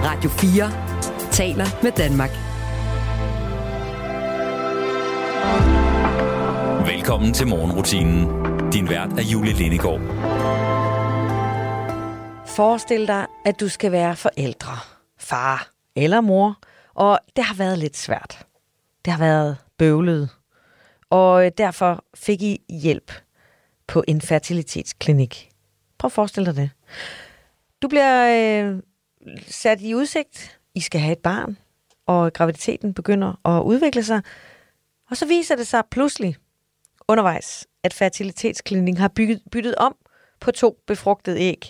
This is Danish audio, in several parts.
Radio 4 taler med Danmark. Velkommen til morgenrutinen. Din vært er Julie Lindegård. Forestil dig, at du skal være forældre, far eller mor, og det har været lidt svært. Det har været bøvlet, og derfor fik I hjælp på en fertilitetsklinik. Prøv at forestille dig det. Du bliver sat i udsigt. I skal have et barn, og graviditeten begynder at udvikle sig. Og så viser det sig pludselig undervejs, at fertilitetsklinikken har byttet om på 2 befrugtede æg.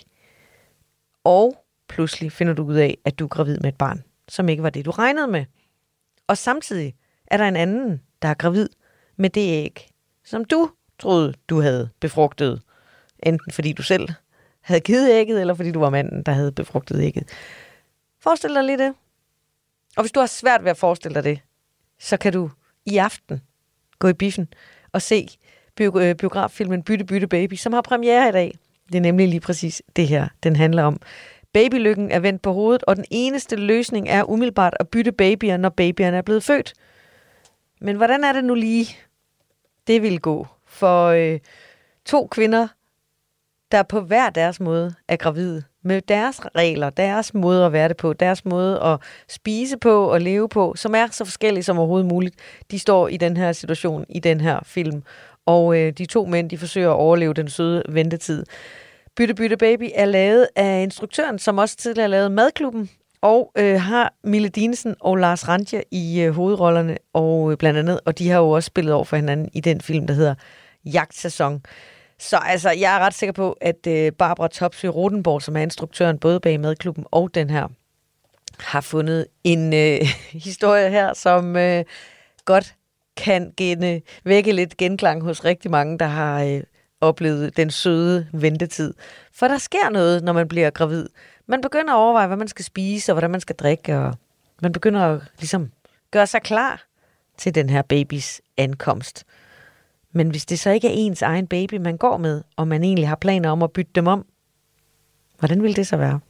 Og pludselig finder du ud af, at du er gravid med et barn, som ikke var det, du regnede med. Og samtidig er der en anden, der er gravid med det æg, som du troede, du havde befrugtet. Enten fordi du selv havde givet ægget, eller fordi du var manden, der havde befrugtet ægget. Forestil dig lige det. Og hvis du har svært ved at forestille dig det, så kan du i aften gå i biffen og se biograffilmen Bytte Bytte Baby, som har premiere i dag. Det er nemlig lige præcis det her, den handler om. Babylykken er vendt på hovedet, og den eneste løsning er umiddelbart at bytte babyer, når babyerne er blevet født. Men hvordan er det nu lige, det vil gå for 2 kvinder, der på hver deres måde er gravide, med deres regler, deres måde at være det på, deres måde at spise på og leve på, som er så forskellige som overhovedet muligt. De står i den her situation, i den her film, og de 2 mænd, de forsøger at overleve den søde ventetid. Bytte Bytte Baby er lavet af instruktøren, som også tidligere har lavet Madklubben, og har Mille Dinesen og Lars Rantje i hovedrollerne, og blandt andet, og de har jo også spillet over for hinanden i den film, der hedder Jagtsæson. Så altså, jeg er ret sikker på, at Barbara Topsøe Rodenborg, som er instruktøren både bag Madklubben og den her, har fundet en historie her, som godt kan vække lidt genklang hos rigtig mange, der har oplevet den søde ventetid. For der sker noget, når man bliver gravid. Man begynder at overveje, hvad man skal spise og hvordan man skal drikke, og man begynder at ligesom gøre sig klar til den her babys ankomst. Men hvis det så ikke er ens egen baby, man går med, og man egentlig har planer om at bytte dem om, hvordan vil det så være?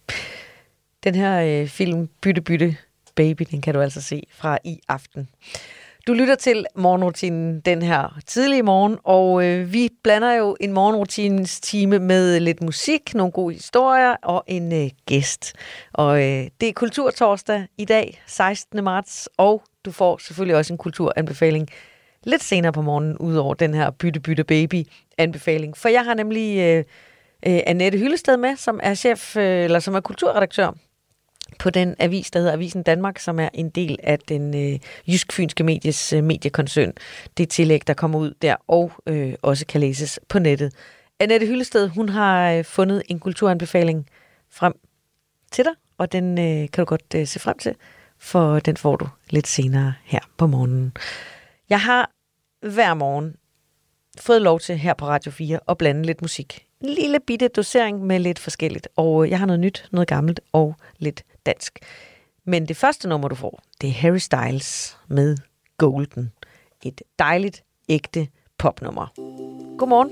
Den her film, Bytte Bytte Baby, den kan du altså se fra i aften. Du lytter til morgenrutinen den her tidlige morgen, og vi blander jo en morgenrutinens time med lidt musik, nogle gode historier og en gæst. Og det er Kulturtorsdag i dag, 16. marts, og du får selvfølgelig også en kulturanbefaling lidt senere på morgenen, ud over den her Bytte Bytte Baby-anbefaling. For jeg har nemlig Annette Hyllested med, som er chef, eller som er kulturredaktør på den avis, der hedder Avisen Danmark, som er en del af den jysk-fynske medies mediekoncern. Det tillæg, der kommer ud der, og også kan læses på nettet. Annette Hyllested, hun har fundet en kulturanbefaling frem til dig, og den kan du godt se frem til, for den får du lidt senere her på morgenen. Jeg har hver morgen fået lov til her på Radio 4 at blande lidt musik. En lille bitte dosering med lidt forskelligt. Og jeg har noget nyt, noget gammelt og lidt dansk. Men det første nummer, du får, det er Harry Styles med Golden. Et dejligt, ægte popnummer. Godmorgen.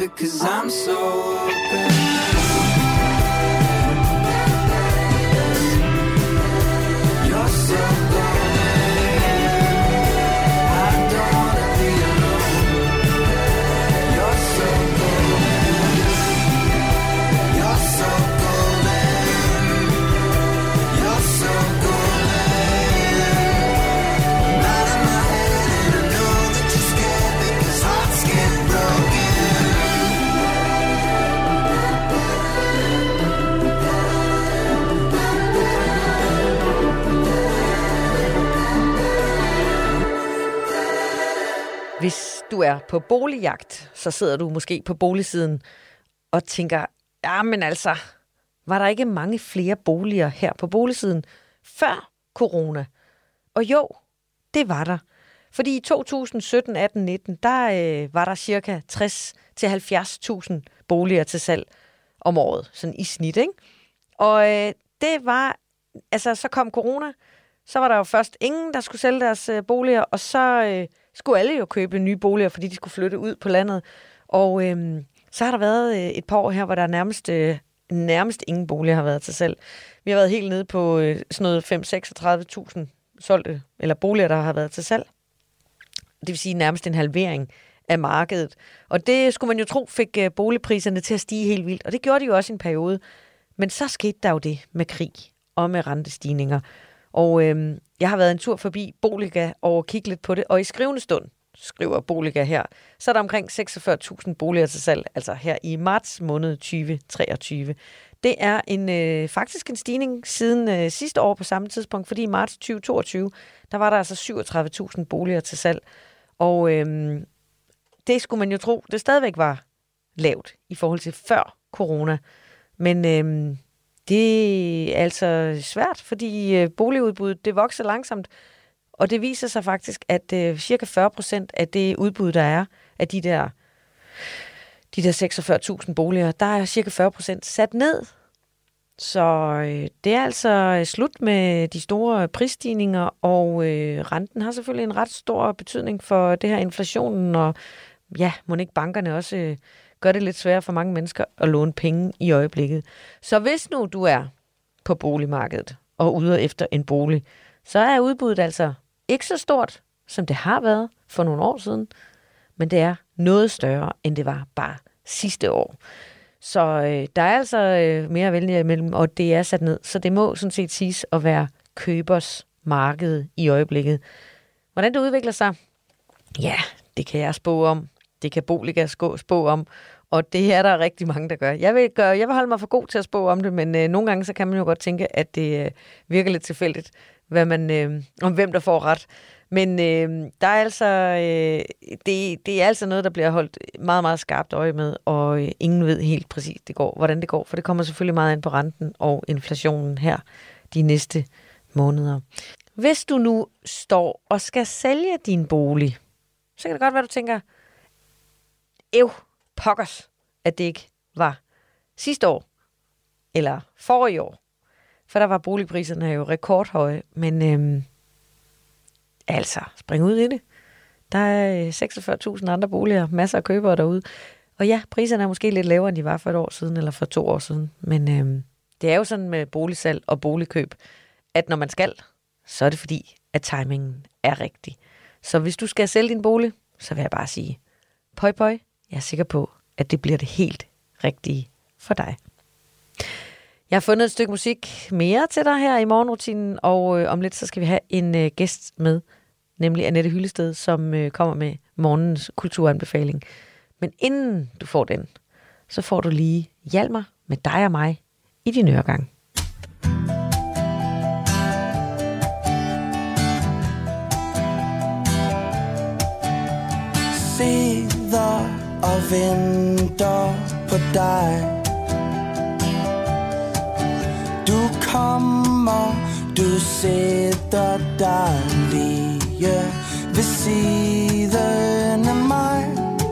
because I'm so open. You're so Hvis du er på boligjagt, så sidder du måske på boligsiden og tænker, ja, men altså, var der ikke mange flere boliger her på boligsiden før corona? Og jo, det var der. Fordi i 2017, 18, 19, der var der cirka 60-70.000 boliger til salg om året, sådan i snit, ikke? Og det var, altså så kom corona, så var der jo først ingen, der skulle sælge deres boliger, og så skulle alle jo købe nye boliger, fordi de skulle flytte ud på landet. Og så har der været et par år her, hvor der nærmest ingen boliger har været til salg. Vi har været helt nede på sådan noget 5-36.000 solgte, eller boliger, der har været til salg. Det vil sige nærmest en halvering af markedet. Og det skulle man jo tro fik boligpriserne til at stige helt vildt. Og det gjorde de jo også i en periode. Men så skete der jo det med krig og med rentestigninger. Og jeg har været en tur forbi Boliga og kigge lidt på det. Og i skrivende stund, skriver Boliga her, så er der omkring 46.000 boliger til salg, altså her i marts måned 2023. Det er faktisk en stigning siden sidste år på samme tidspunkt, fordi i marts 2022, der var der altså 37.000 boliger til salg. Og det skulle man jo tro, det stadigvæk var lavt i forhold til før corona. Men det er altså svært, fordi boligudbuddet, det vokser langsomt. Og det viser sig faktisk, at cirka 40% af det udbud, der er, af de der 46.000 boliger, der er cirka 40% sat ned. Så det er altså slut med de store prisstigninger, og renten har selvfølgelig en ret stor betydning for det her inflationen, og ja, må ikke bankerne også gør det lidt sværere for mange mennesker at låne penge i øjeblikket. Så hvis nu du er på boligmarkedet og ude efter en bolig, så er udbuddet altså ikke så stort, som det har været for nogle år siden, men det er noget større, end det var bare sidste år. Så der er altså mere vælge imellem, og det er sat ned. Så det må sådan set siges at være købers marked i øjeblikket. Hvordan det udvikler sig? Ja, det kan jeg spå om. Det kan Boliga spå om. Og det er der rigtig mange, der gør. Jeg vil holde mig for god til at spå om det, men nogle gange så kan man jo godt tænke, at det virker lidt tilfældigt, om hvem der får ret. Men der er altså, det er altså noget, der bliver holdt meget, meget skarpt øje med, og ingen ved helt præcis, hvordan det går, for det kommer selvfølgelig meget an på renten og inflationen her de næste måneder. Hvis du nu står og skal sælge din bolig, så kan det godt være, du tænker, pokkers, at det ikke var sidste år, eller forrige år. For der var boligpriserne jo rekordhøje, men altså, spring ud i det. Der er 46.000 andre boliger, masser af købere derude. Og ja, priserne er måske lidt lavere, end de var for et år siden, eller for 2 år siden. Men det er jo sådan med boligsalg og boligkøb, at når man skal, så er det fordi, at timingen er rigtig. Så hvis du skal sælge din bolig, så vil jeg bare sige, pøj pøj, jeg er sikker på, at det bliver det helt rigtige for dig. Jeg har fundet et stykke musik mere til dig her i morgenrutinen, og om lidt så skal vi have en gæst med, nemlig Annette Hyllested, som kommer med morgenens kulturanbefaling. Men inden du får den, så får du lige Hjalmar med dig og mig i din øregang. Sidder og venter på dig. Du kommer, du sætter dig lige ved siden af mig.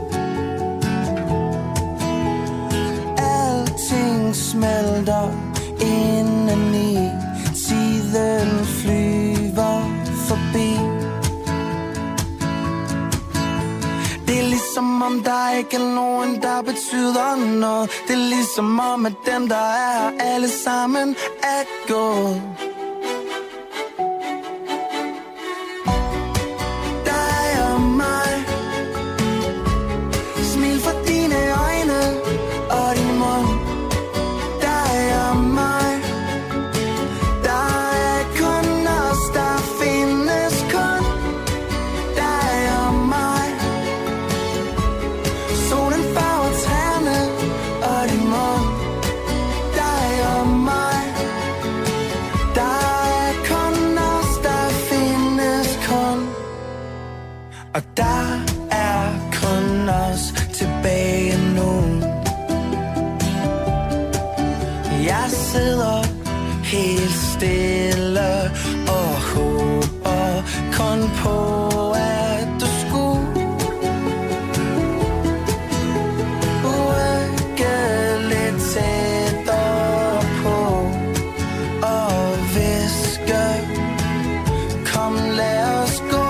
Alting smelter indeni, tiden flyver forbi. Det er ligesom om som der ikke er nogen, der betyder noget. Det er ligesom om, at dem, der er her, alle sammen er gået. Og der er kun os tilbage nu. Jeg sidder helt stille og håber kun på, at du skulle rykke lidt tættere på og hviske, kom lad os gå.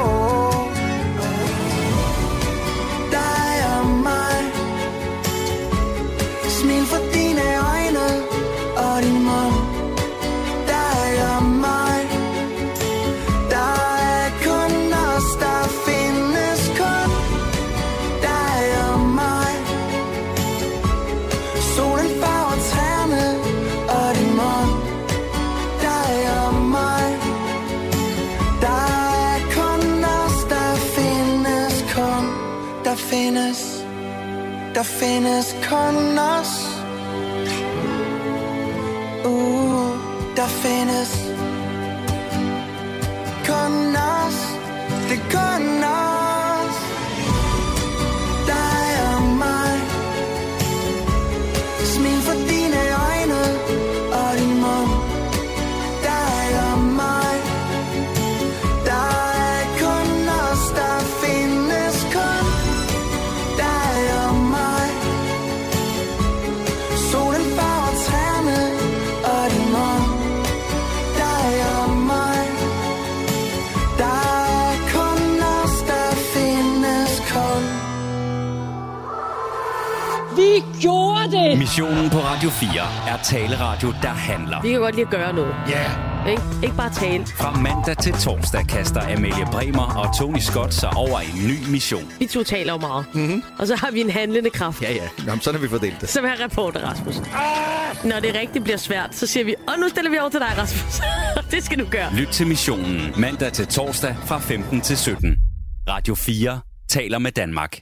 Der findes kun os. Der findes kun os. Det er kun os. Dig og mig. Smil for dine øjne og din mund. Dig og mig. Der er kun os. Der findes kun dig og mig. Solen farver træerne og din mund. Dig og mig. Der er kun os, der findes kun. Vi gjorde det! Missionen på Radio 4 er taleradio, der handler. Vi kan godt lide at gøre noget. Ja. Yeah. Ikke bare tale. Fra mandag til torsdag kaster Amalie Bremer og Tony Scott sig over en ny mission. Vi to taler jo meget. Mm-hmm. Og så har vi en handlende kraft. Ja. Jamen, sådan har vi fordelt det. Som er reporter, Rasmus. Når det rigtig bliver svært, så siger vi, og nu stiller vi over til dig, Rasmus. Det skal du gøre. Lyt til missionen mandag til torsdag fra 15 til 17. Radio 4 taler med Danmark.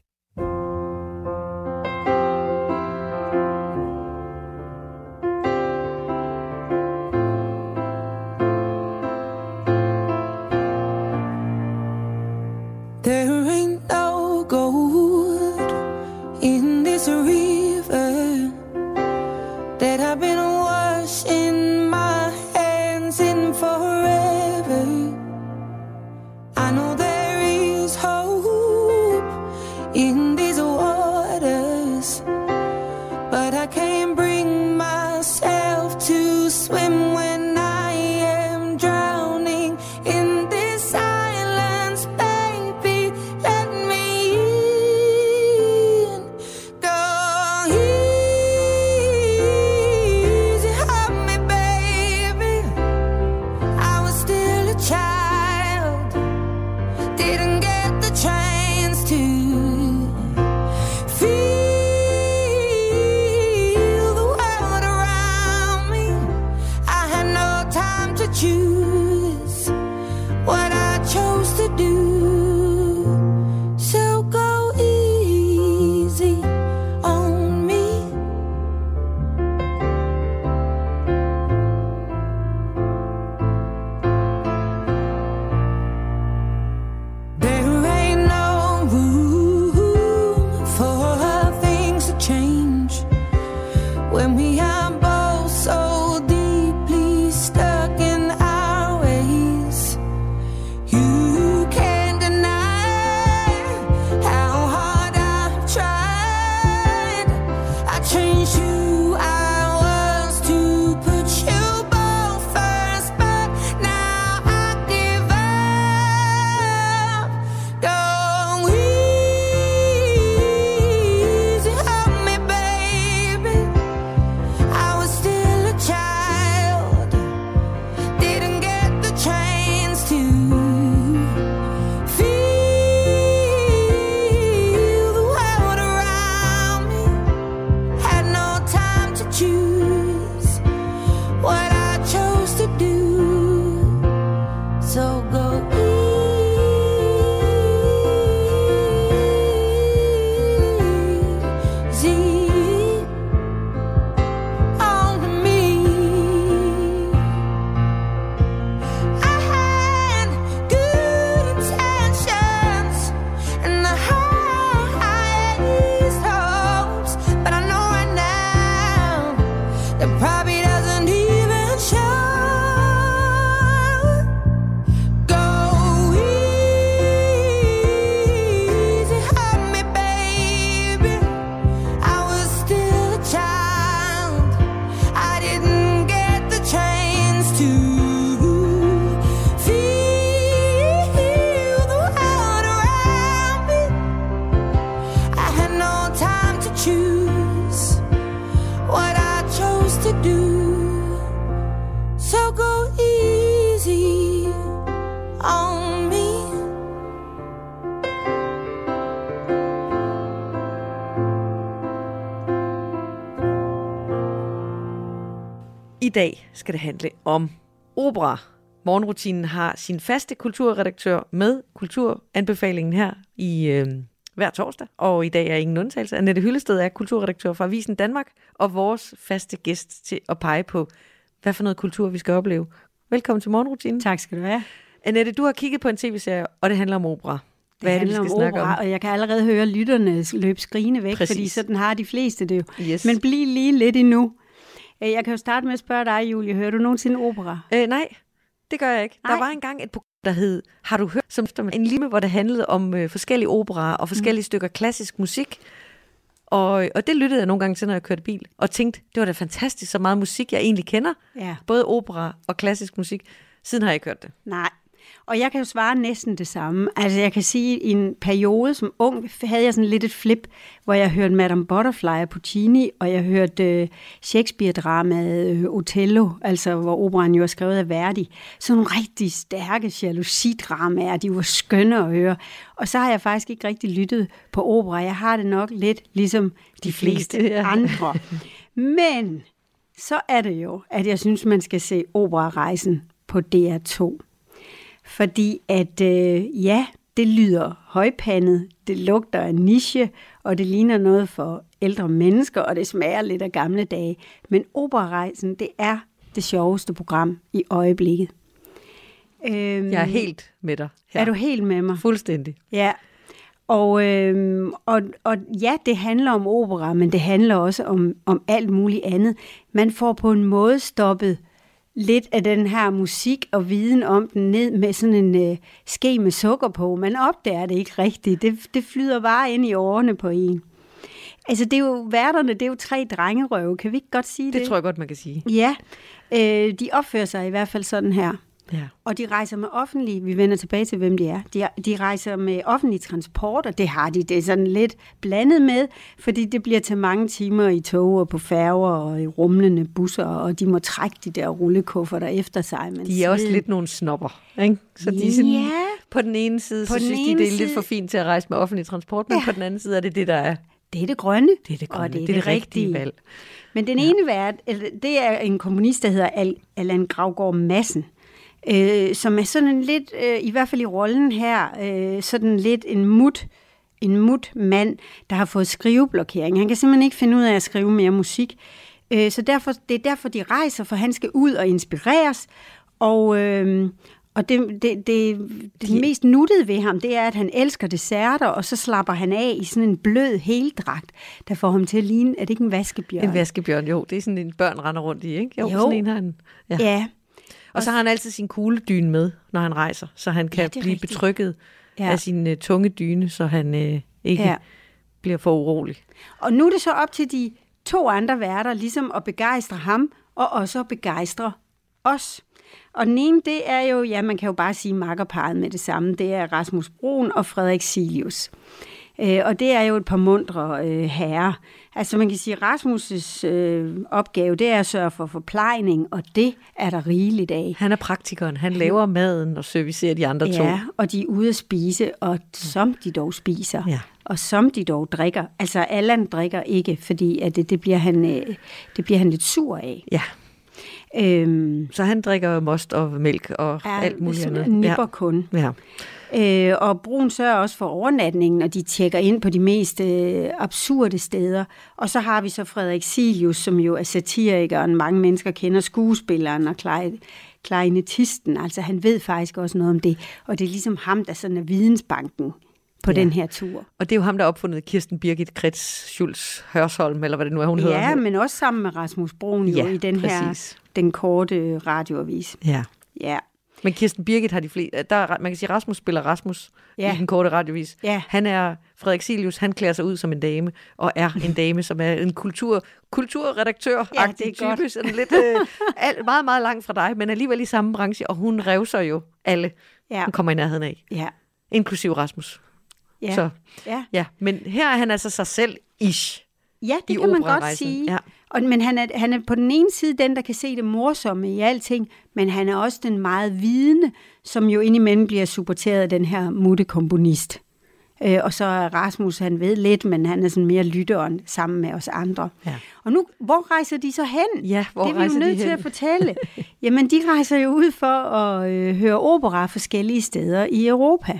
There ain't no gold in this river that I've been washing my hands in forever. I know there is hope dag skal det handle om opera. Morgenrutinen har sin faste kulturredaktør med kulturanbefalingen her i hver torsdag. Og i dag er ingen undtagelse. Annette Hyllested er kulturredaktør fra Avisen Danmark, og vores faste gæst til at pege på, hvad for noget kultur vi skal opleve. Velkommen til Morgenrutinen. Tak skal du have. Annette, du har kigget på en tv-serie, og det handler om opera. Hvad er det, vi skal snakke om? Og jeg kan allerede høre lytterne løbe skrigende væk, Præcis. fordi sådan har de fleste det jo. Yes. Men bliv lige lidt endnu. Jeg kan jo starte med at spørge dig, Julie. Hører du nogensinde opera? Nej, det gør jeg ikke. Nej. Der var engang et program, der hed Har du hørt? Som en lime, hvor det handlede om forskellige operaer og forskellige stykker klassisk musik. Og det lyttede jeg nogle gange til, når jeg kørte bil. Og tænkte, det var da fantastisk, så meget musik, jeg egentlig kender. Ja. Både opera og klassisk musik. Siden har jeg ikke hørt det. Nej. Og jeg kan jo svare næsten det samme. Altså jeg kan sige, at i en periode som ung, havde jeg sådan lidt et flip, hvor jeg hørte Madame Butterfly af Puccini, og jeg hørte Shakespeare-dramaet Othello, altså hvor operaen jo er skrevet af Verdi. Sådan nogle rigtig stærke jalousidramaer, de var skønne at høre. Og så har jeg faktisk ikke rigtig lyttet på opera. Jeg har det nok lidt ligesom de fleste andre. Men så er det jo, at jeg synes, man skal se Operarejsen på DR2. Fordi at, det lyder højpandet, det lugter af niche, og det ligner noget for ældre mennesker, og det smager lidt af gamle dage. Men Operarejsen, det er det sjoveste program i øjeblikket. Jeg er helt med dig her. Er du helt med mig? Fuldstændig. Ja. Og ja, det handler om opera, men det handler også om alt muligt andet. Man får på en måde stoppet lidt af den her musik og viden om den ned med sådan en ske med sukker på. Man opdager det ikke rigtigt. Det flyder bare ind i årene på en. Altså, det er jo værterne, det er jo 3 drengerøve. Kan vi ikke godt sige det? Det tror jeg godt, man kan sige. Ja, de opfører sig i hvert fald sådan her. Ja. Og de rejser med offentlig, vi vender tilbage til, hvem de er. De rejser med offentlig transport, og det har de. Det er sådan lidt blandet med, fordi det bliver til mange timer i tog og på færger og i rumlende busser, og de må trække de der rullekufferter efter sig. Men de er også lidt nogle snopper, ikke? Så de er sådan, på den ene side, så synes de, det er lidt for fint til at rejse med offentlig transport, men på den anden side er det der er. Det er det grønne. Det er det grønne. Det er det rigtige valg. Men den ene vært, det er en komponist, der hedder Allan Gravgaard Madsen, som er sådan lidt, i hvert fald i rollen her, sådan lidt en mut mand, der har fået skriveblokering. Han kan simpelthen ikke finde ud af at skrive mere musik. Så det er derfor, de rejser, for han skal ud og inspireres. Og det mest nuttede ved ham, det er, at han elsker desserter, og så slapper han af i sådan en blød heldragt, der får ham til at ligne, er det ikke en vaskebjørn? En vaskebjørn, jo. Det er sådan en børn render rundt i, ikke? Jo. Sådan en har han. Ja. Og så har han altid sin kugledyne med, når han rejser, så han kan blive betrykket af sin tunge dyne, så han ikke bliver for urolig. Og nu er det så op til de 2 andre værter, ligesom at begejstre ham, og også at begejstre os. Og den ene, det er jo, man kan jo bare sige makkerparret med det samme, det er Rasmus Bruun og Frederik Cilius. Og det er jo et par mundre herrer. Altså man kan sige, at Rasmus' opgave, det er at sørge for forplejning, og det er der rigeligt af. Han er praktikeren. Han laver maden og servicerer de andre 2. Ja, og de er ude at spise, og som de dog spiser, og som de dog drikker. Altså Allan drikker ikke, fordi at det bliver han lidt sur af. Ja. Så han drikker most og mælk og alt muligt andet. Nipper kun. Ja. Og Bruun sørger også for overnatningen, og de tjekker ind på de mest absurde steder. Og så har vi så Frederik Cilius, som jo er satirikeren. Mange mennesker kender skuespilleren og klarinettisten. Altså han ved faktisk også noget om det. Og det er ligesom ham, der sådan er vidensbanken på den her tur. Og det er jo ham, der har opfundet Kirsten Birgit Kretz Schultz Hørsholm, eller hvad det nu er, hun hedder. Ja, men også sammen med Rasmus Bruun i den her, den korte radioavis. Ja. Men Kirsten Birgit har de fleste. Man kan sige, Rasmus spiller Rasmus i den korte radiovis. Ja. Han er Frederik Cilius, han klæder sig ud som en dame, og er en dame, som er en kulturredaktør-agtig type. Sådan lidt meget, meget langt fra dig, men alligevel i samme branche, og hun revser jo alle, hun kommer i nærheden af. Ja. Inklusiv Rasmus. Ja. Så, men her er han altså sig selv-ish. Ja, det kan man godt sige. Ja. Men han er på den ene side den, der kan se det morsomme i alting, men han er også den meget vidende, som jo indimellem bliver supporteret af den her muttekomponist. Og så Rasmus, han ved lidt, men han er sådan mere lytteren sammen med os andre. Ja. Og nu, hvor rejser de så hen? Ja, hvor det er vi rejser jo de nødt til hen? at fortælle. Jamen, de rejser jo ud for at høre opera forskellige steder i Europa.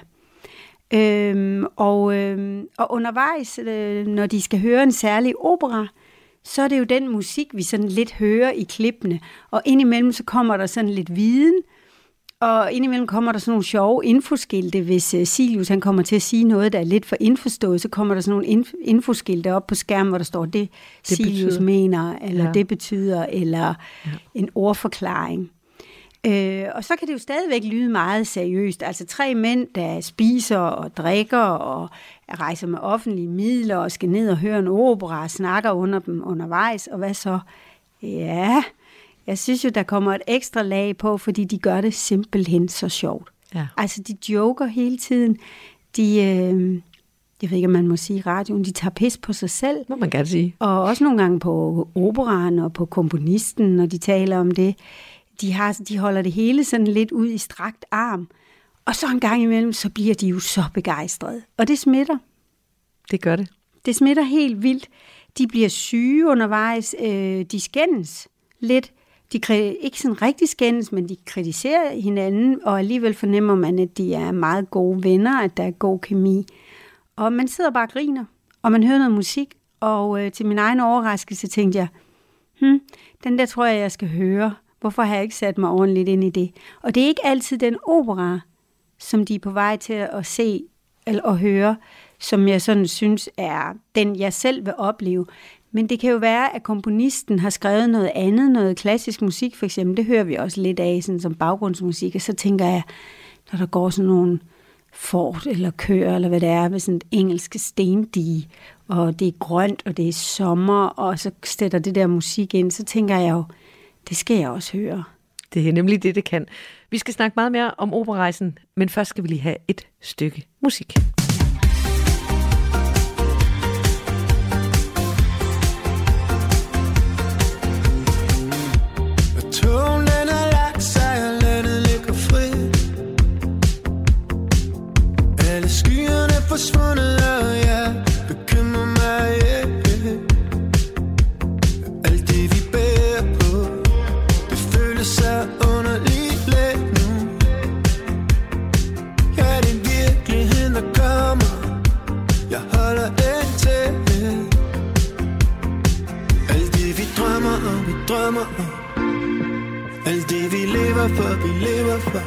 Og undervejs, når de skal høre en særlig opera, så er det jo den musik, vi sådan lidt hører i klippene. Og indimellem så kommer der sådan lidt viden, og indimellem kommer der sådan nogle sjove infoskilte. Hvis Silius han kommer til at sige noget, der er lidt for indforstået, så kommer der sådan nogle infoskilte op på skærmen, hvor der står, det Silius betyder. Mener, eller det betyder, eller en ordforklaring. Og så kan det jo stadigvæk lyde meget seriøst. Altså 3 mænd, der spiser og drikker og rejser med offentlige midler og skal ned og høre en opera og snakker under dem undervejs. Og hvad så? Ja, jeg synes jo, der kommer et ekstra lag på, fordi de gør det simpelthen så sjovt. Ja. Altså de joker hele tiden. Jeg ved ikke, om man må sige i radioen, de tager pis på sig selv. Må man gerne sige. Og også nogle gange på operaen og på komponisten, når de taler om det. De holder det hele sådan lidt ud i strakt arm. Og så en gang imellem, så bliver de jo så begejstrede. Og det smitter. Det gør det. Det smitter helt vildt. De bliver syge undervejs. De skændes lidt. Ikke sådan rigtig skændes, men de kritiserer hinanden. Og alligevel fornemmer man, at de er meget gode venner, at der er god kemi. Og man sidder bare og griner. Og man hører noget musik. Og til min egen overraskelse tænkte jeg, den der tror jeg skal høre. Hvorfor har jeg ikke sat mig ordentligt ind i det? Og det er ikke altid den opera, som de er på vej til at se eller at høre, som jeg sådan synes er den, jeg selv vil opleve. Men det kan jo være, at komponisten har skrevet noget andet, noget klassisk musik for eksempel. Det hører vi også lidt af sådan som baggrundsmusik. Og så tænker jeg, når der går sådan nogle fort eller køer, eller hvad det er, ved sådan et engelsk stendige, og det er grønt, og det er sommer, og så sætter det der musik ind, så tænker jeg jo, det skal jeg også høre. Det er nemlig det kan. Vi skal snakke meget mere om operarejsen, men først skal vi lige have et stykke musik. Tonen er lagt sig, og landet ligger fri. Alle skyerne er forsvundet, og jeg bekymrer mig ikke. Alt det vi bærer på, det føles så underligt let nu. Ja, det er virkeligheden, der kommer. Jeg holder den til. Alt det vi drømmer om, vi drømmer om. Alt det vi lever for, vi lever for.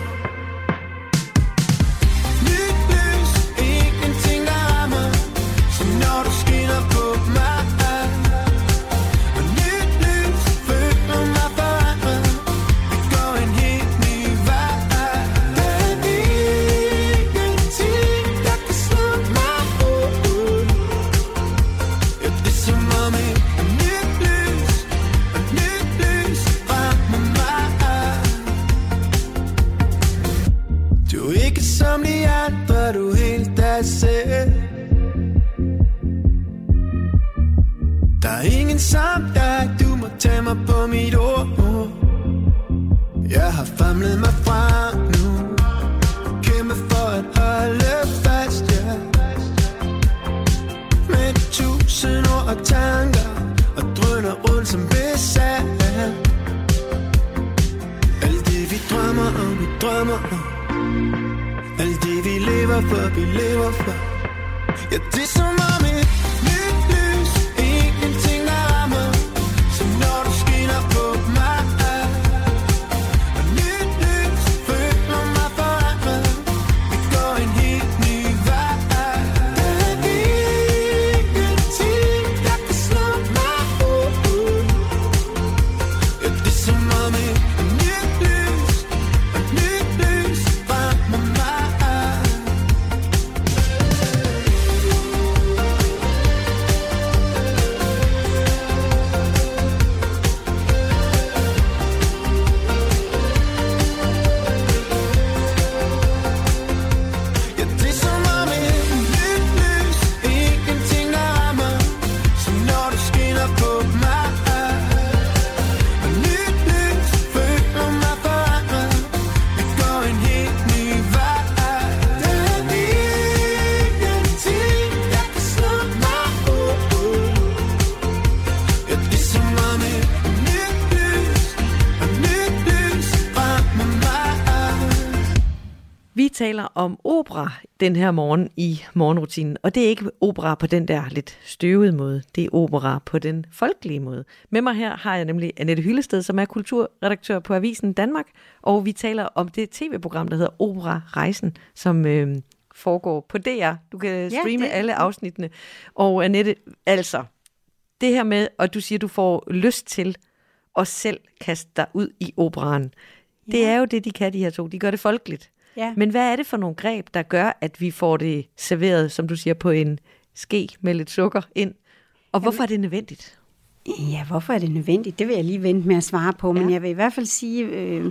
Nyt lys, ingenting der rammer, som når du skinner på mig. Og nyt lys, føler mig forandret. Vi går en helt ny vej. Der er ingenting, der kan slå mig ud. Ja, det er som om et nyt lys, og nyt lys rammer mig. Du er ikke som de andre, du er helt dig selv. Der er ingen som dig, du må tage mig på mit ord. Jeg har famlet mig frem nu, kæmpe for at holde fast, ja. Med 1000 ord og tanker, og drøner rundt som besat. Alt det vi drømmer om, vi drømmer om. Alt det vi lever for, vi lever for. Ja, det er som om et nyt lys, ingenting der rammer, som når du skinner på mig. Og nyt lys, føler mig forandret. Vi går en helt ny vej. Der er ingenting, der kan slå mig ud. Ja, det er som om et nyt lys, og nyt lys rammer mig. taler om opera den her morgen i morgenrutinen, og det er ikke opera på den der lidt støvede måde, det er opera på den folkelige måde. Med mig her har jeg nemlig Annette Hyllested, som er kulturredaktør på Avisen Danmark, og vi taler om det tv-program, der hedder Opera Rejsen, som foregår på DR. Du kan streame alle afsnittene. Og Annette, altså, det her med, at du siger, at du får lyst til at selv kaste dig ud i operaen, det er jo det, de kan, de her to. De gør det folkeligt. Ja. Men hvad er det for nogle greb, der gør, at vi får det serveret, som du siger, på en ske med lidt sukker ind? Og hvorfor er det nødvendigt? Ja, hvorfor er det nødvendigt? Det vil jeg lige vente med at svare på. Men jeg vil i hvert fald sige,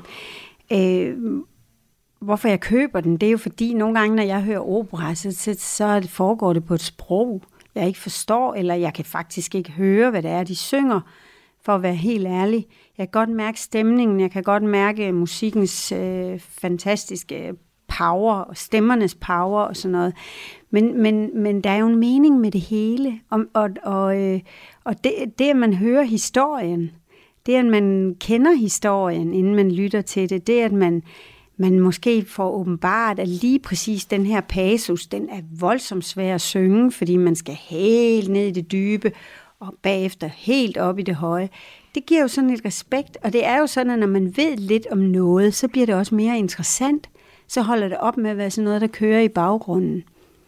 hvorfor jeg køber den. Det er jo fordi, nogle gange, når jeg hører opera, så foregår det på et sprog, jeg ikke forstår, eller jeg kan faktisk ikke høre, hvad det er, de synger. For at være helt ærlig. Jeg kan godt mærke stemningen, jeg kan godt mærke musikkens fantastiske power, og stemmernes power og sådan noget. Men der er jo en mening med det hele. Og det, at man hører historien, det, at man kender historien, inden man lytter til det, det, at man måske får åbenbart, at lige præcis den her passus, den er voldsomt svær at synge, fordi man skal helt ned i det dybe, og bagefter helt op i det høje. Det giver jo sådan et respekt, og det er jo sådan, at når man ved lidt om noget, så bliver det også mere interessant. Så holder det op med at være sådan noget, der kører i baggrunden.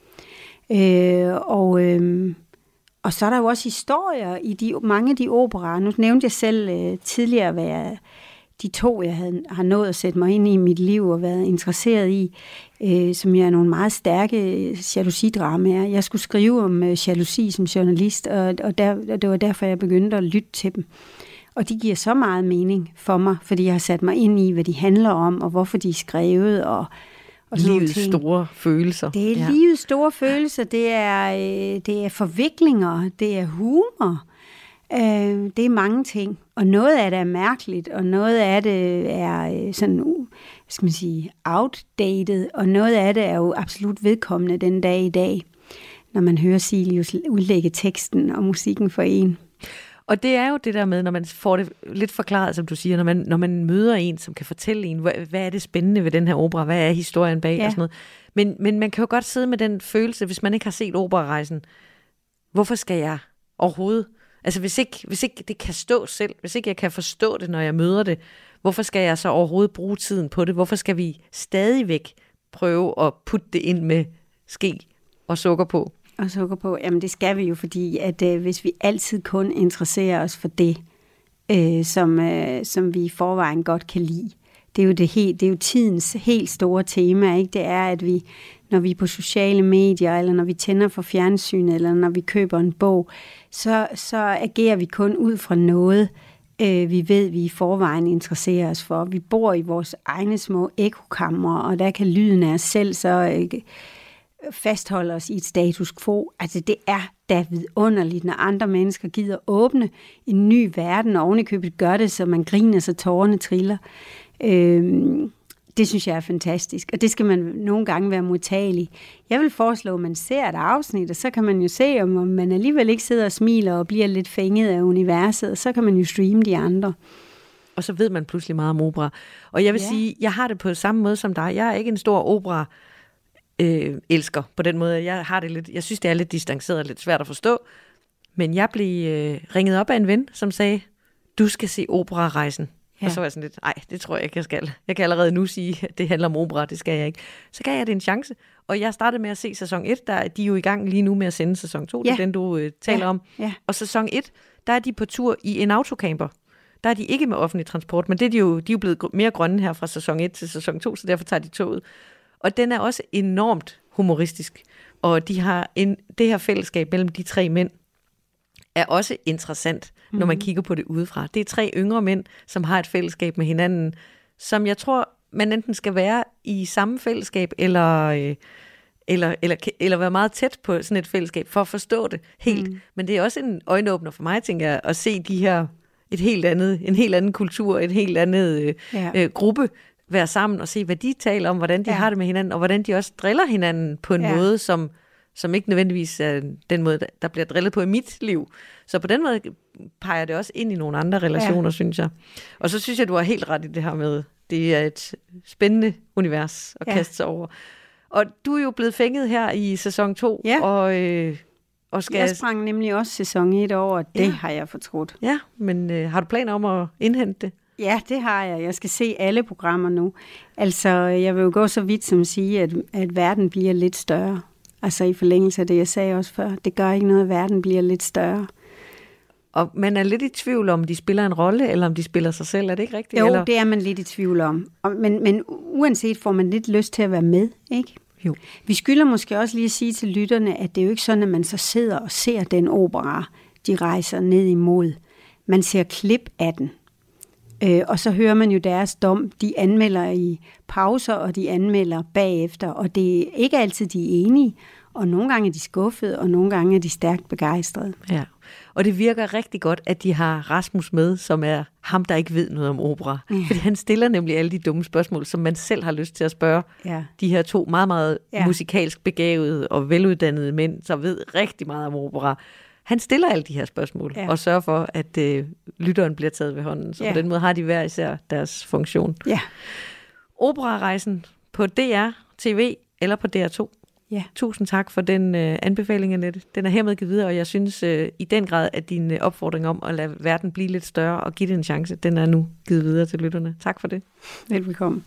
Og så er der jo også historier i mange af de operaer. Nu nævnte jeg selv tidligere, hvad de to, jeg har nået at sætte mig ind i mit liv og været interesseret i, som jeg er nogle meget stærke jalousidramaer. Jeg skulle skrive om jalousi som journalist, og det var derfor, jeg begyndte at lytte til dem. Og de giver så meget mening for mig, fordi jeg har sat mig ind i, hvad de handler om, og hvorfor de er skrevet, og livets store følelser. Det er livets store følelser, det er forviklinger, det er humor. Det er mange ting, og noget af det er mærkeligt, og noget af det er sådan, skal man sige, outdated, og noget af det er jo absolut vedkommende den dag i dag, når man hører Silius udlægge teksten og musikken for en. Og det er jo det der med, når man får det lidt forklaret, som du siger, når man møder en, som kan fortælle en, hvad er det spændende ved den her opera, hvad er historien bag og sådan noget. Men man kan jo godt sidde med den følelse, hvis man ikke har set Operarejsen, hvorfor skal jeg overhovedet? Altså hvis ikke det kan stå selv, hvis ikke jeg kan forstå det, når jeg møder det, hvorfor skal jeg så overhovedet bruge tiden på det? Hvorfor skal vi stadigvæk prøve at putte det ind med ske og sukker på? Og sukker på, jamen det skal vi jo, fordi at hvis vi altid kun interesserer os for det, som vi i forvejen godt kan lide, det er jo tidens helt store tema, ikke? Det er, at vi, når vi er på sociale medier, eller når vi tænder for fjernsynet, eller når vi køber en bog, så agerer vi kun ud fra noget, vi ved, vi i forvejen interesserer os for. Vi bor i vores egne små ekokammer, og der kan lyden af os selv så fastholde os i et status quo. Altså det er da vidunderligt, når andre mennesker gider åbne en ny verden, og ovenikøbet gør det, så man griner, så tårerne triller. Det synes jeg er fantastisk, og det skal man nogle gange være modtagelig. Jeg vil foreslå, at man ser et afsnit, og så kan man jo se, om man alligevel ikke sidder og smiler og bliver lidt fænget af universet, og så kan man jo streame de andre. Og så ved man pludselig meget om opera. Og jeg vil sige, jeg har det på samme måde som dig. Jeg er ikke en stor opera elsker på den måde. Jeg synes, det er lidt distanceret og lidt svært at forstå. Men jeg blev ringet op af en ven, som sagde, du skal se Operarejsen. Ja. Og så var jeg sådan lidt, nej, det tror jeg ikke, jeg skal. Jeg kan allerede nu sige, at det handler om opera, det skal jeg ikke. Så gav jeg det en chance, og jeg startede med at se sæson 1, de er jo i gang lige nu med at sende sæson 2, det er den, du taler om. Ja. Og sæson 1, der er de på tur i en autocamper. Der er de ikke med offentlig transport, men de er jo blevet mere grønne her fra sæson 1 til sæson 2, så derfor tager de toget. Og den er også enormt humoristisk, og de har det her fællesskab mellem de tre mænd, er også interessant, når man kigger på det udefra. Det er 3 yngre mænd, som har et fællesskab med hinanden, som jeg tror, man enten skal være i samme fællesskab, eller være meget tæt på sådan et fællesskab, for at forstå det helt. Men det er også en øjenåbner for mig, tænker jeg, at se de her, en helt anden kultur, et helt andet gruppe, være sammen og se, hvad de taler om, hvordan de har det med hinanden, og hvordan de også driller hinanden på en måde, som ikke nødvendigvis er den måde, der bliver drillet på i mit liv. Så på den måde peger det også ind i nogle andre relationer, synes jeg. Og så synes jeg, du har helt ret i det her Det er et spændende univers at kaste sig over. Og du er jo blevet fænget her i sæson 2. Ja. Og skal... Jeg sprang nemlig også sæson 1 over, og det har jeg fortrudt. Ja, men har du planer om at indhente det? Ja, det har jeg. Jeg skal se alle programmer nu. Altså, jeg vil jo gå så vidt som at sige, at verden bliver lidt større. Altså i forlængelse af det, jeg sagde også før. Det gør ikke noget, at verden bliver lidt større. Og man er lidt i tvivl om de spiller en rolle, eller om de spiller sig selv. Er det ikke rigtigt? Jo, eller? det er man lidt i tvivl om. Men uanset får man lidt lyst til at være med, ikke? Jo. Vi skylder måske også lige at sige til lytterne, at det er jo ikke sådan, at man så sidder og ser den opera, de rejser ned imod. Man ser klip af den. Og så hører man jo deres dom. De anmelder i pauser, og de anmelder bagefter. Og det er ikke altid, de er enige. Og nogle gange er de skuffede, og nogle gange er de stærkt begejstrede. Ja, og det virker rigtig godt, at de har Rasmus med, som er ham, der ikke ved noget om opera. Ja. Fordi han stiller nemlig alle de dumme spørgsmål, som man selv har lyst til at spørge de her 2 meget, meget musikalsk begavede og veluddannede mænd, som ved rigtig meget om opera. Han stiller alle de her spørgsmål og sørger for, at lytteren bliver taget ved hånden. Så på den måde har de hver især deres funktion. Ja. Operarejsen på DR, TV eller på DR2. Ja. Tusind tak for den anbefaling, Annette. Den er hermed givet videre, og jeg synes i den grad, at din opfordring om at lade verden blive lidt større og give det en chance, den er nu givet videre til lytterne. Tak for det. Velbekomme.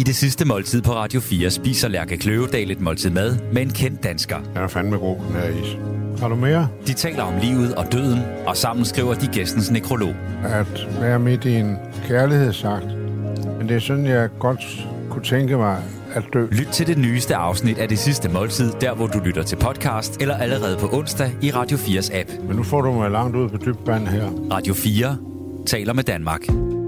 Det sidste måltid på Radio 4 spiser Lærke Kløvedal et måltid mad med en kendt dansker. Den er fandme god, den her is. Har du mere? De taler om livet og døden, og sammen skriver de gæstens nekrolog. At være midt i en kærlighedsakt. Men det er sådan, jeg godt kunne tænke mig at dø. Lyt til det nyeste afsnit af Det sidste måltid, der hvor du lytter til podcast, eller allerede på onsdag i Radio 4's app. Men nu får du mig langt ud på dybt vand her. Radio 4 taler med Danmark.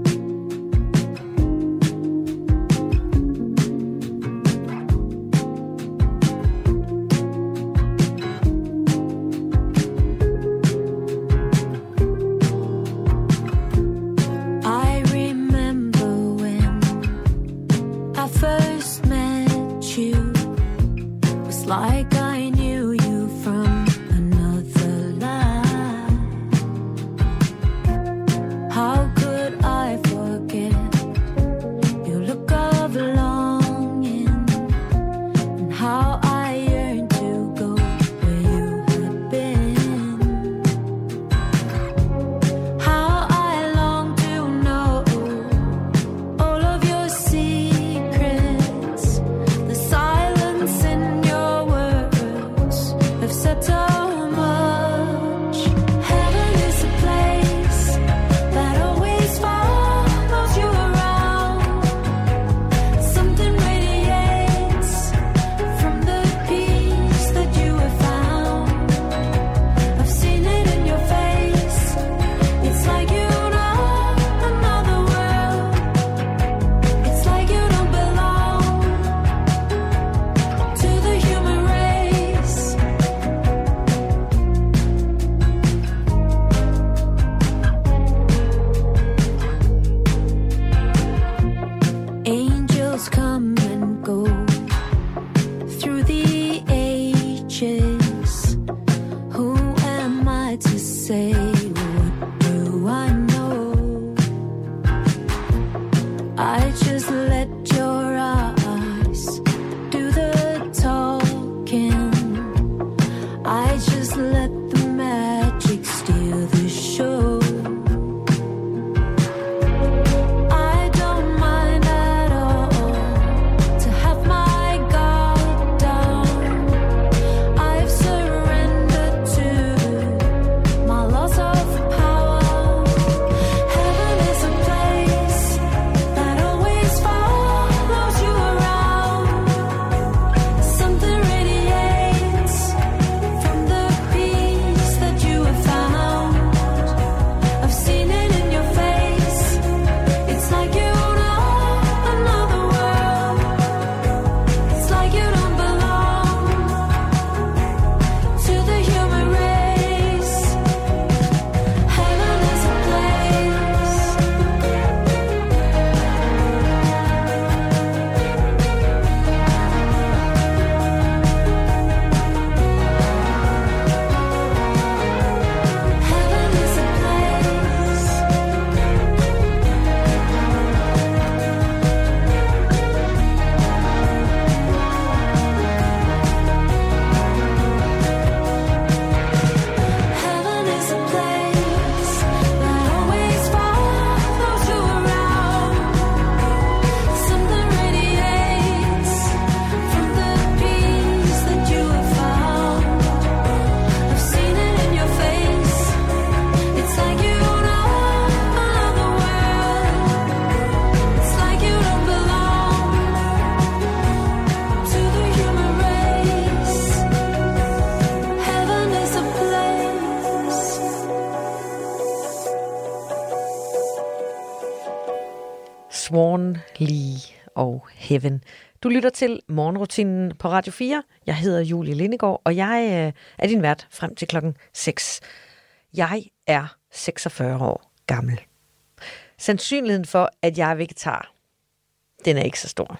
Sworn, Lee og Heaven. Du lytter til morgenrutinen på Radio 4. Jeg hedder Julie Lindegaard, og jeg er din vært frem til klokken 6. Jeg er 46 år gammel. Sandsynligheden for, at jeg er vegetar, den er ikke så stor.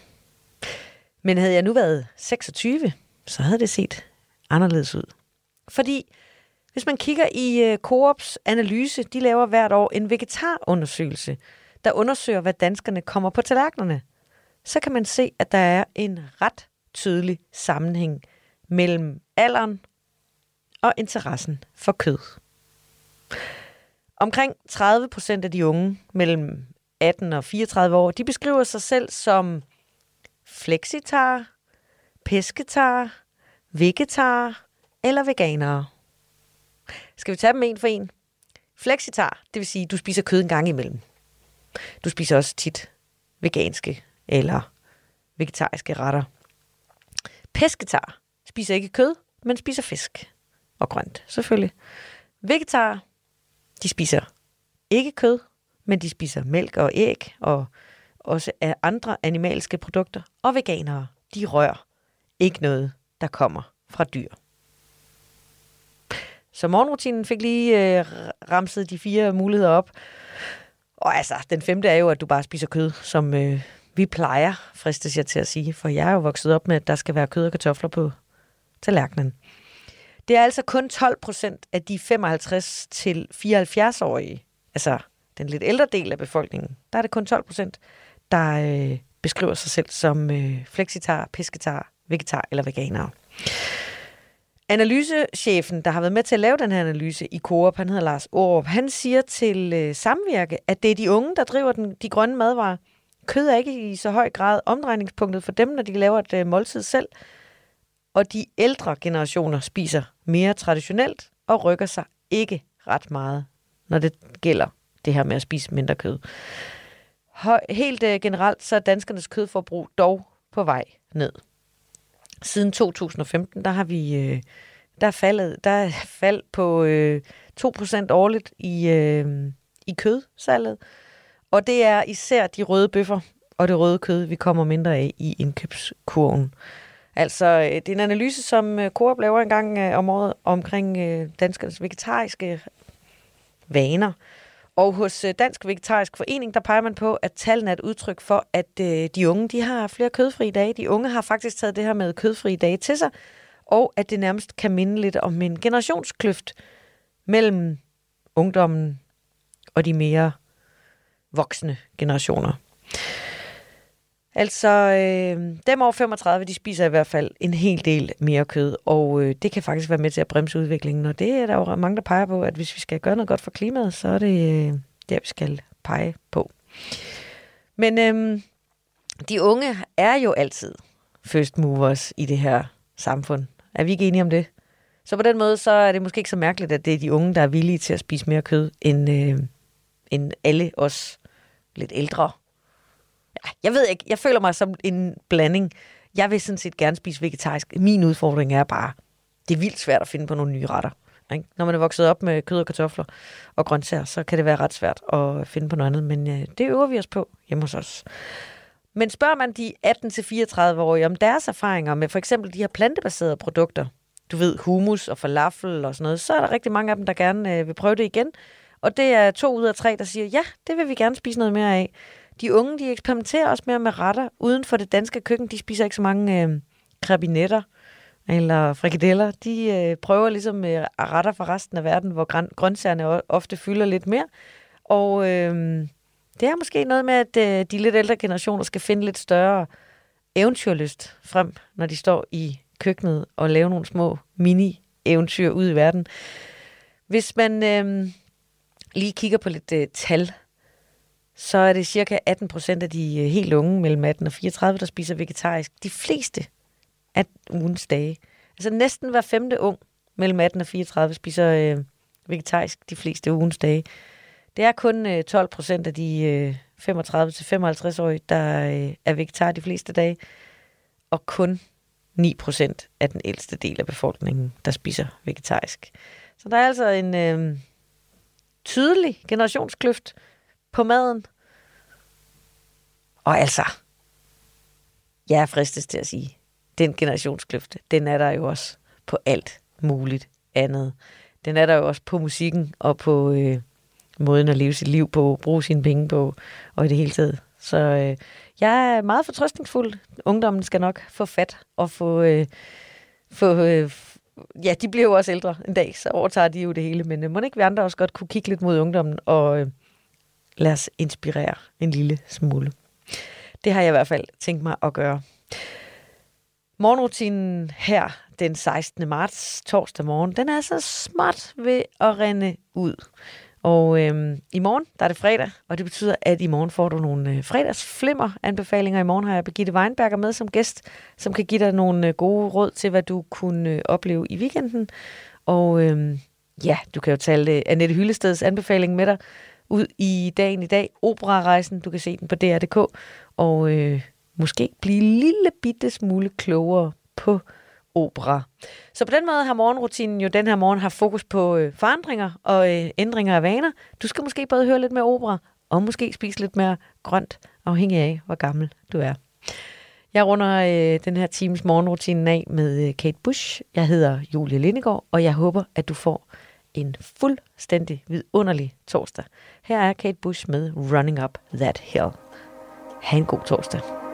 Men havde jeg nu været 26, så havde det set anderledes ud. Fordi hvis man kigger i Coops analyse, de laver hvert år en vegetarundersøgelse, der undersøger, hvad danskerne kommer på tallerkenerne, så kan man se, at der er en ret tydelig sammenhæng mellem alderen og interessen for kød. Omkring 30% af de unge mellem 18 og 34 år, de beskriver sig selv som flexitar, pesketar, vegetar eller veganere? Skal vi tage dem en for en? Flexitar, det vil sige, at du spiser kød en gang imellem. Du spiser også tit veganske eller vegetariske retter. Pesketar spiser ikke kød, men spiser fisk og grønt, selvfølgelig. Vegetar, de spiser ikke kød, men de spiser mælk og æg og også af andre animalske produkter. Og veganere, de rører ikke noget, der kommer fra dyr. Så morgenrutinen fik lige ramset de 4 muligheder op. Og altså, den 5. er jo, at du bare spiser kød, som vi plejer, fristes jeg til at sige. For jeg er jo vokset op med, at der skal være kød og kartofler på tallerkenen. Det er altså kun 12% af de 55 til 74-årige, altså den lidt ældre del af befolkningen, der er det kun 12%, der beskriver sig selv som flexitar, pesketar, vegetar eller veganer. Analysechefen, der har været med til at lave den her analyse i Coop, han hedder Lars Aarup, han siger til Samvirke, at det er de unge, der driver de grønne madvarer. Kød er ikke i så høj grad omdrejningspunktet for dem, når de laver et måltid selv. Og de ældre generationer spiser mere traditionelt og rykker sig ikke ret meget, når det gælder det her med at spise mindre kød. Helt generelt så er danskernes kødforbrug dog på vej ned. Siden 2015, der har vi der er fald på 2% årligt i kødsalget. Og det er især de røde bøffer og det røde kød, vi kommer mindre af i indkøbskurven. Altså, det er en analyse, som Coop laver en gang om året omkring danskernes vegetariske vaner. Og hos Dansk Vegetarisk Forening, der peger man på, at tallene er et udtryk for, at de unge, de har flere kødfrie dage. De unge har faktisk taget det her med kødfrie dage til sig, og at det nærmest kan minde lidt om en generationskløft mellem ungdommen og de mere voksne generationer. Altså, dem over 35, de spiser i hvert fald en hel del mere kød, og det kan faktisk være med til at bremse udviklingen. Og det er der jo mange, der peger på, at hvis vi skal gøre noget godt for klimaet, så er det der, vi skal pege på. Men de unge er jo altid first movers i det her samfund. Er vi ikke enige om det? Så på den måde, så er det måske ikke så mærkeligt, at det er de unge, der er villige til at spise mere kød, end alle os lidt ældre. Jeg ved ikke, jeg føler mig som en blanding. Jeg vil sådan set gerne spise vegetarisk. Min udfordring er bare, det er vildt svært at finde på nogle nye retter. Ikke? Når man er vokset op med kød og kartofler og grøntsager, så kan det være ret svært at finde på noget andet. Men det øver vi os på hjemme hos os. Men spørger man de 18-34-årige om deres erfaringer med for eksempel de her plantebaserede produkter, du ved, hummus og falafel og sådan noget, så er der rigtig mange af dem, der gerne vil prøve det igen. Og det er 2 ud af 3, der siger, ja, det vil vi gerne spise noget mere af. De unge, de eksperimenterer også mere med retter uden for det danske køkken. De spiser ikke så mange krabinetter eller frikadeller. De prøver ligesom retter fra resten af verden, hvor grøntsagerne ofte fylder lidt mere. Og det er måske noget med, at de lidt ældre generationer skal finde lidt større eventyrlyst frem, når de står i køkkenet og laver nogle små mini-eventyr ud i verden. Hvis man lige kigger på lidt tal, så er det cirka 18% af de helt unge mellem 18 og 34, der spiser vegetarisk. De fleste af ugens dage. Altså næsten hver 5. ung mellem 18 og 34 spiser vegetarisk de fleste ugens dage. Det er kun 12% af de 35-55-årige, der er vegetar de fleste dage. Og kun 9% af den ældste del af befolkningen, der spiser vegetarisk. Så der er altså en tydelig generationskløft på maden. Og altså, jeg er fristet til at sige, den generationskløfte, den er der jo også på alt muligt andet. Den er der jo også på musikken og på måden at leve sit liv på, bruge sine penge på, og i det hele taget. Så jeg er meget fortrøstningsfuld. Ungdommen skal nok få fat og ja, de bliver jo også ældre en dag, så overtager de jo det hele. Men må ikke vi andre også godt kunne kigge lidt mod ungdommen og lad os inspirere en lille smule. Det har jeg i hvert fald tænkt mig at gøre. Morgenrutinen her den 16. marts, torsdag morgen, den er så småt ved at rende ud. Og i morgen, der er det fredag, og det betyder, at i morgen får du nogle fredagsflimmer-anbefalinger. I morgen har jeg Birgitte Weinberger med som gæst, som kan give dig nogle gode råd til, hvad du kunne opleve i weekenden. Og du kan jo tale Annette Hyllesteds anbefaling med dig ud i dagen i dag. Operarejsen, du kan se den på DR.dk, og måske blive en lille bitte smule klogere på opera. Så på den måde har morgenrutinen jo den her morgen haft fokus på forandringer og ændringer af vaner. Du skal måske både høre lidt mere opera, og måske spise lidt mere grønt, afhængig af, hvor gammel du er. Jeg runder den her times morgenrutinen af med Kate Bush. Jeg hedder Julie Lindegaard, og jeg håber, at du får en fuldstændig vidunderlig torsdag. Her er Kate Bush med Running Up That Hill. Ha' en god torsdag.